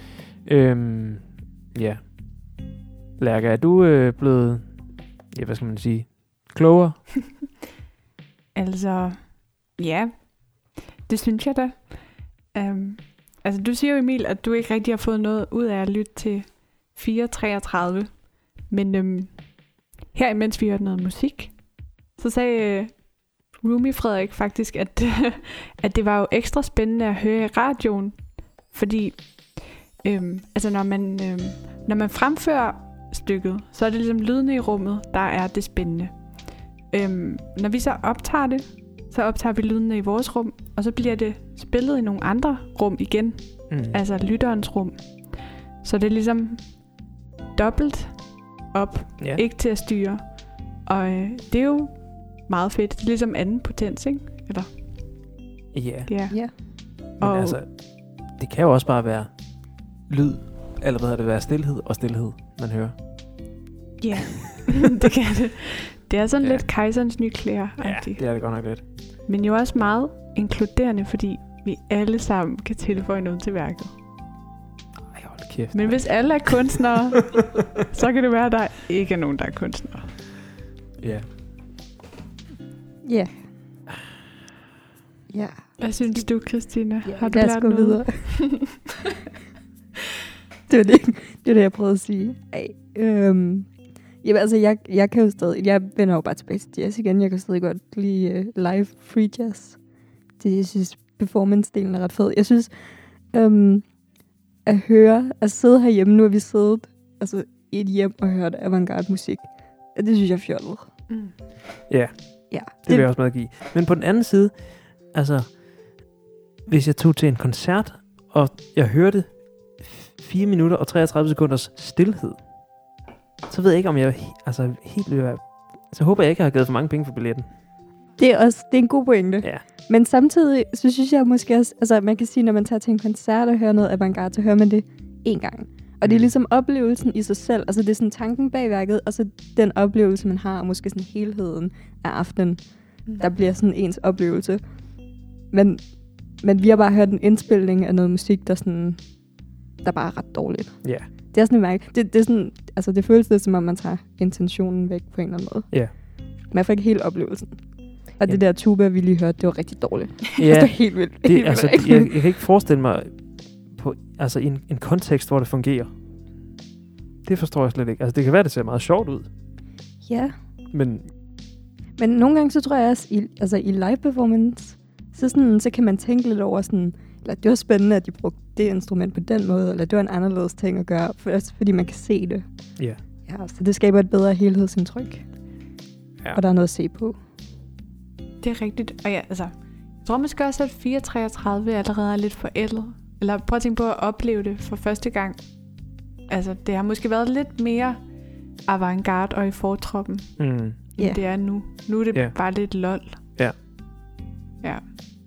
Ja. Lærke, er du blevet, ja, hvad skal man sige, klogere? Altså, ja, det synes jeg da. Altså, du siger jo, Emil, at du ikke rigtig har fået noget ud af at lytte til 433. Men her imens vi hørte noget musik, så sagde Rumi Frederik faktisk, at det var jo ekstra spændende at høre i radioen. Fordi altså når man fremfører stykket, så er det ligesom lydene i rummet, der er det spændende. Når vi så optager det, så optager vi lydene i vores rum, og så bliver det spillet i nogle andre rum igen. Altså lytterens rum. Så det er ligesom dobbelt op, ikke til at styre. Og det er jo meget fedt. Det er ligesom anden potens, ikke? Eller? Ja. Men Og altså, det kan jo også bare være lyd, eller hvad det være, stilhed og stilhed, man hører. ja, det kan det. Det er sådan lidt kejserens nye klæder. Ja, det er det godt nok lidt. Men jo også meget inkluderende, fordi vi alle sammen kan tilføje noget til værket. Ej, hold kæft. Men hvis alle er kunstnere, så kan det være, at der ikke er nogen, der er kunstnere. Ja. Ja. Ja. Hvad synes du, Christina? Ja, Har du lad os lært gå noget? videre. Det var det, jeg prøvede at sige. Jamen, altså, jeg kan jo stadig... Jeg vender jo bare tilbage til jazz igen. Jeg kan stadig godt lide live free jazz. Jeg synes, performance-delen er ret fed. Jeg synes, at sidde herhjemme, nu har vi siddet i et hjem og hørt avantgarde musik. Det synes jeg er fjollet. Ja, det vil jeg også medgive. Men på den anden side, altså, hvis jeg tog til en koncert, og jeg hørte 4 minutter og 33 sekunders stilhed, så ved jeg ikke, om jeg helt vil være... Så håber jeg ikke, at jeg har givet for mange penge for billetten. Det er en god pointe. Ja. Men samtidig, så synes jeg måske også... Altså, man kan sige, når man tager til en koncert og hører noget avantgarde, så hører man det én gang. Og det er ligesom oplevelsen i sig selv. Altså, det er sådan tanken bag værket, og så den oplevelse, man har, og måske sådan helheden af aftenen, der bliver sådan ens oplevelse. Men vi har bare hørt en indspilning af noget musik, der bare er ret dårligt. Ja. Yeah. Det er sådan et mærke. Det er sådan, altså, det føles lidt, som om man tager intentionen væk på en eller anden måde. Ja. Yeah. Men jeg får ikke helt oplevelsen. Og det der tuba, vi lige hørte, det var rigtig dårligt. Ja. Det er helt vildt. Det, altså, jeg kan ikke forestille mig på en kontekst, hvor det fungerer. Det forstår jeg slet ikke. Altså, det kan være, det ser meget sjovt ud. Ja. Men nogle gange, så tror jeg også, i live performance, så kan man tænke lidt over sådan, eller det var spændende, at de brugte det instrument på den måde, eller det var en anderledes ting at gøre, fordi man kan se det. Ja. Yeah. Ja, så det skaber et bedre helhedsindtryk. Ja. Og der er noget at se på. Det er rigtigt. Og ja, altså, jeg tror måske også, at 433 allerede er lidt forældet. Eller prøv at tænke på at opleve det for første gang. Altså, det har måske været lidt mere avantgarde og i fortroppen, end det er nu. Nu er det bare lidt lol. Ja. Ja.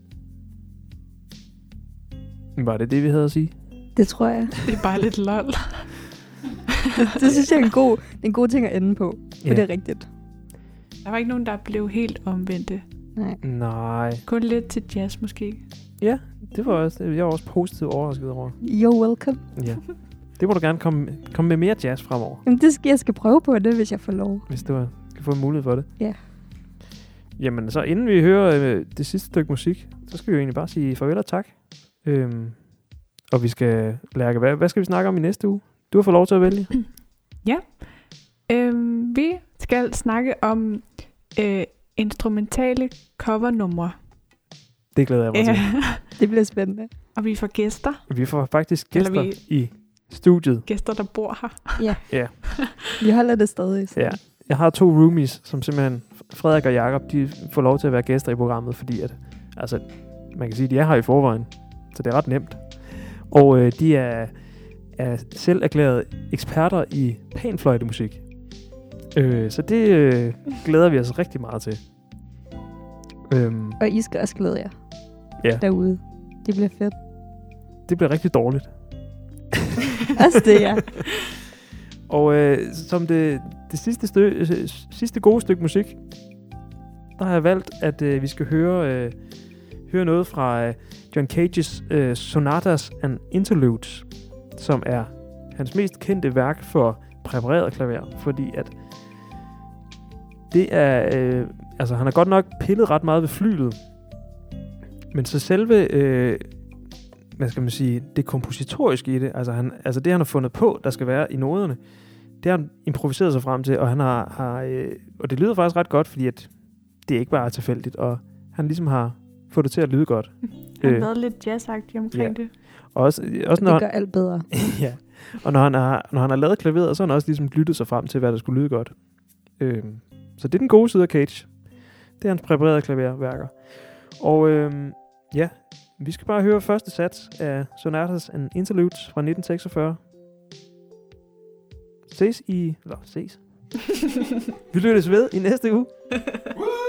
Var det, vi havde at sige? Det tror jeg. Det er bare lidt lol. det synes jeg er en god ting at ende på. For det er rigtigt. Der var ikke nogen, der blev helt omvendte. Nej. Kun lidt til jazz måske. Ja, det var også, jeg var også positivt overrasket over. You're welcome. Ja. Det må du gerne komme med mere jazz fremover. Jamen, jeg skal prøve på det, hvis jeg får lov. Hvis du kan få en mulighed for det. Ja. Jamen, så inden vi hører det sidste stykke musik, så skal vi jo egentlig bare sige farvel og tak. Og vi skal Lærke, hvad skal vi snakke om i næste uge? Du har fået lov til at vælge. Ja. Vi skal snakke om instrumentale covernumre. Det glæder jeg mig til. Det bliver spændende. Og vi får gæster. Vi får faktisk gæster i studiet. Gæster, der bor her. Ja. Vi holder det stadig. Ja. Jeg har 2 roomies, som simpelthen, Frederik og Jakob, de får lov til at være gæster i programmet, fordi at, altså, man kan sige, at de er her i forvejen. Så det er ret nemt. Og de er selv erklærede eksperter i panfløjtemusik. Så det glæder vi os rigtig meget til. Og I skal også glæde jer derude. Det bliver fedt. Det bliver rigtig dårligt. Også det, ja. Og som det sidste gode stykke musik, der har jeg valgt, at vi skal høre noget fra John Cages Sonatas and Interludes, som er hans mest kendte værk for præpareret klaver, fordi at det er, han har godt nok pillet ret meget ved flylet, men så selve, hvad skal man sige, det kompositoriske i det, altså det han har fundet på, der skal være i noderne, det har han improviseret sig frem til, og han har og det lyder faktisk ret godt, fordi at det ikke bare er tilfældigt, og han ligesom har fået det til at lyde godt. Han har været lidt jazzagtig omkring det. Og også når det gør alt bedre. Ja. Og når han har lavet klaveret, så har han også ligesom lyttet sig frem til, hvad der skulle lyde godt. Så det er den gode side af Cage. Det er hans præparerede klaverværker. Og ja, vi skal bare høre første sats af Sonatas and Interludes fra 1946. Ses. Vi lyttes ved i næste uge.